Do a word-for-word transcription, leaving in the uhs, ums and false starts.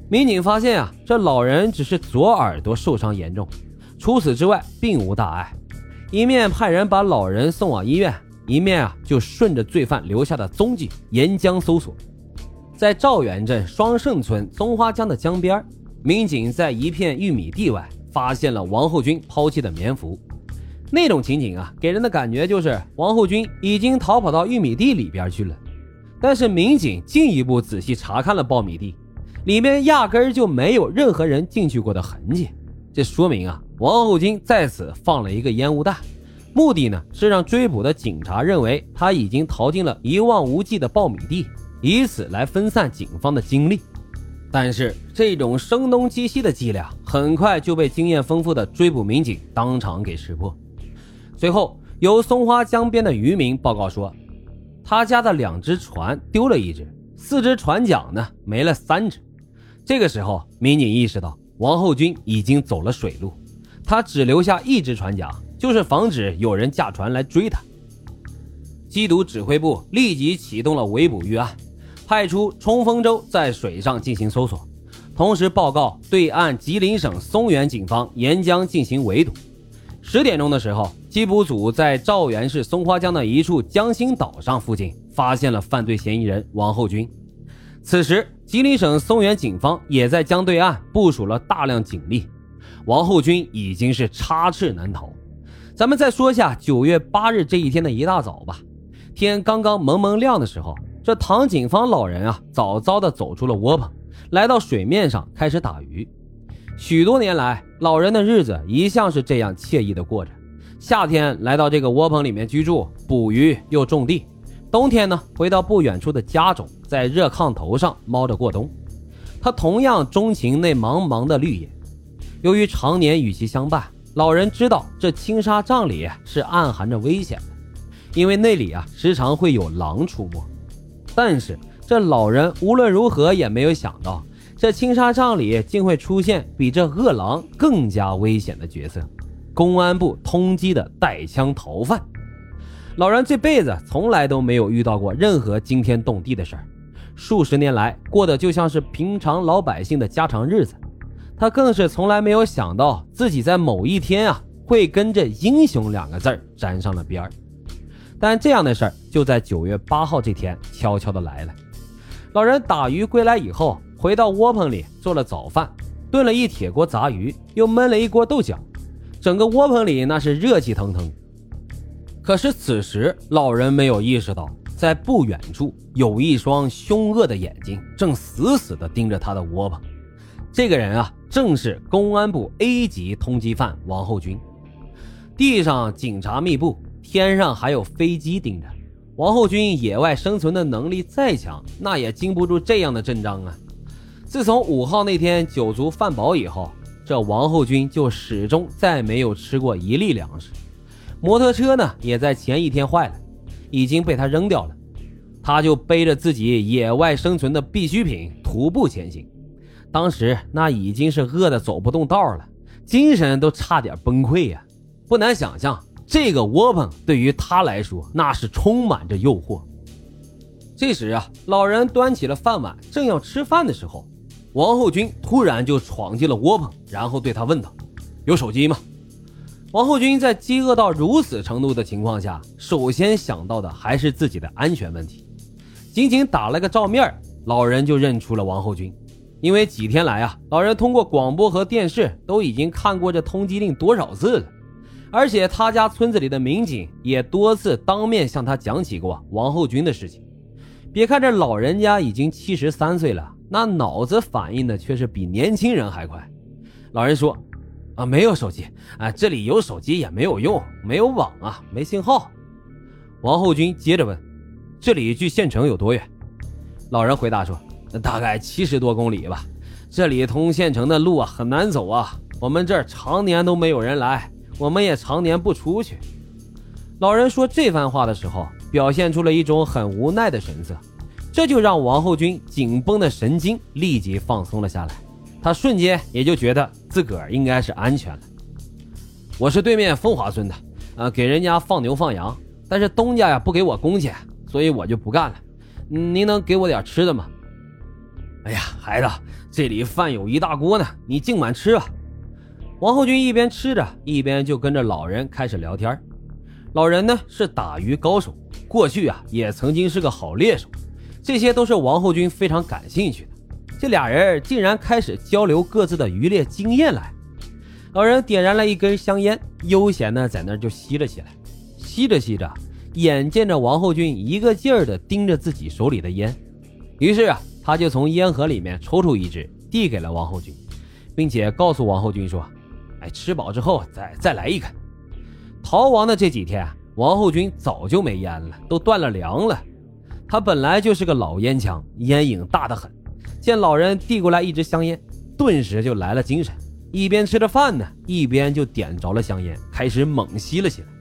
民警发现啊，这老人只是左耳朵受伤严重，除此之外并无大碍。一面派人把老人送往医院，一面啊就顺着罪犯留下的踪迹沿江搜索。在赵源镇双胜村松花江的江边，民警在一片玉米地外发现了王后军抛弃的棉服。那种情景啊，给人的感觉就是王后军已经逃跑到玉米地里边去了。但是民警进一步仔细查看了苞米地，里面压根儿就没有任何人进去过的痕迹。这说明啊，王后军在此放了一个烟雾弹，目的呢是让追捕的警察认为他已经逃进了一望无际的苞米地，以此来分散警方的精力。但是这种声东击西的伎俩很快就被经验丰富的追捕民警当场给识破。随后由松花江边的渔民报告说，他家的两只船丢了一只，四只船桨呢没了三只。这个时候民警意识到王后军已经走了水路，他只留下一只船桨，就是防止有人驾船来追他。缉毒指挥部立即启动了围捕预案，派出冲锋舟在水上进行搜索，同时报告对岸吉林省松原警方沿江进行围堵。十点钟的时候，缉捕组在赵源市松花江的一处江心岛上附近发现了犯罪嫌疑人王后军。此时吉林省松原警方也在江对岸部署了大量警力，王后军已经是插翅难逃。咱们再说下九月八日这一天的一大早吧。天刚刚蒙蒙亮的时候，这唐景芳老人啊早早地走出了窝棚，来到水面上开始打鱼。许多年来，老人的日子一向是这样惬意地过着。夏天来到这个窝棚里面居住，捕鱼又种地；冬天呢，回到不远处的家中，在热炕头上猫着过冬。他同样钟情那茫茫的绿野。由于常年与其相伴，老人知道这青纱帐里是暗含着危险的，因为那里啊时常会有狼出没。但是这老人无论如何也没有想到，这青纱帐里竟会出现比这恶狼更加危险的角色——公安部通缉的带枪逃犯。老人这辈子从来都没有遇到过任何惊天动地的事儿，数十年来过得就像是平常老百姓的家常日子。他更是从来没有想到自己在某一天啊会跟这英雄两个字儿沾上了边儿。但这样的事儿就在九月八号这天悄悄地来了。老人打鱼归来以后，回到窝棚里做了早饭，炖了一铁锅杂鱼，又焖了一锅豆角，整个窝棚里那是热气腾腾。可是此时老人没有意识到，在不远处有一双凶恶的眼睛正死死地盯着他的窝棚。这个人啊，正是公安部 A 级通缉犯王后军。地上警察密布，天上还有飞机盯着。王后军野外生存的能力再强，那也经不住这样的阵仗啊。自从五号那天酒足饭饱以后，这王后军就始终再没有吃过一粒粮食。摩托车呢，也在前一天坏了，已经被他扔掉了。他就背着自己野外生存的必需品徒步前行。当时那已经是饿得走不动道了，精神都差点崩溃呀、啊！不难想象，这个窝棚对于他来说那是充满着诱惑。这时啊，老人端起了饭碗，正要吃饭的时候，王后军突然就闯进了窝棚，然后对他问道：“有手机吗？”王后军在饥饿到如此程度的情况下，首先想到的还是自己的安全问题。仅仅打了个照面，老人就认出了王后军。因为几天来啊，老人通过广播和电视都已经看过这通缉令多少次了，而且他家村子里的民警也多次当面向他讲起过王后军的事情。别看这老人家已经七十三岁了，那脑子反应的却是比年轻人还快。老人说：“啊，没有手机啊，这里有手机也没有用，没有网啊，没信号。”王后军接着问：“这里距县城有多远？”老人回答说：“大概七十多公里吧，这里通县城的路啊很难走啊，我们这儿常年都没有人来，我们也常年不出去。”老人说这番话的时候，表现出了一种很无奈的神色，这就让王后军紧绷的神经立即放松了下来，他瞬间也就觉得自个儿应该是安全了。我是对面风华村的，呃，给人家放牛放羊，但是东家呀不给我工钱，所以我就不干了。您能给我点吃的吗？ 哎呀，孩子，这里饭有一大锅呢，你尽管吃吧。王厚军一边吃着，一边就跟着老人开始聊天。老人呢是打鱼高手，过去啊也曾经是个好猎手，这些都是王厚军非常感兴趣的。这俩人竟然开始交流各自的渔猎经验来。老人点燃了一根香烟，悠闲的在那儿就吸了起来。吸着吸着，眼见着王厚军一个劲儿的盯着自己手里的烟，于是啊他就从烟盒里面抽出一支，递给了王厚军，并且告诉王厚军说：哎，吃饱之后再再来一根。逃亡的这几天，王厚军早就没烟了，都断了粮了。他本来就是个老烟枪，烟瘾大得很，见老人递过来一支香烟，顿时就来了精神，一边吃着饭呢，一边就点着了香烟，开始猛吸了起来。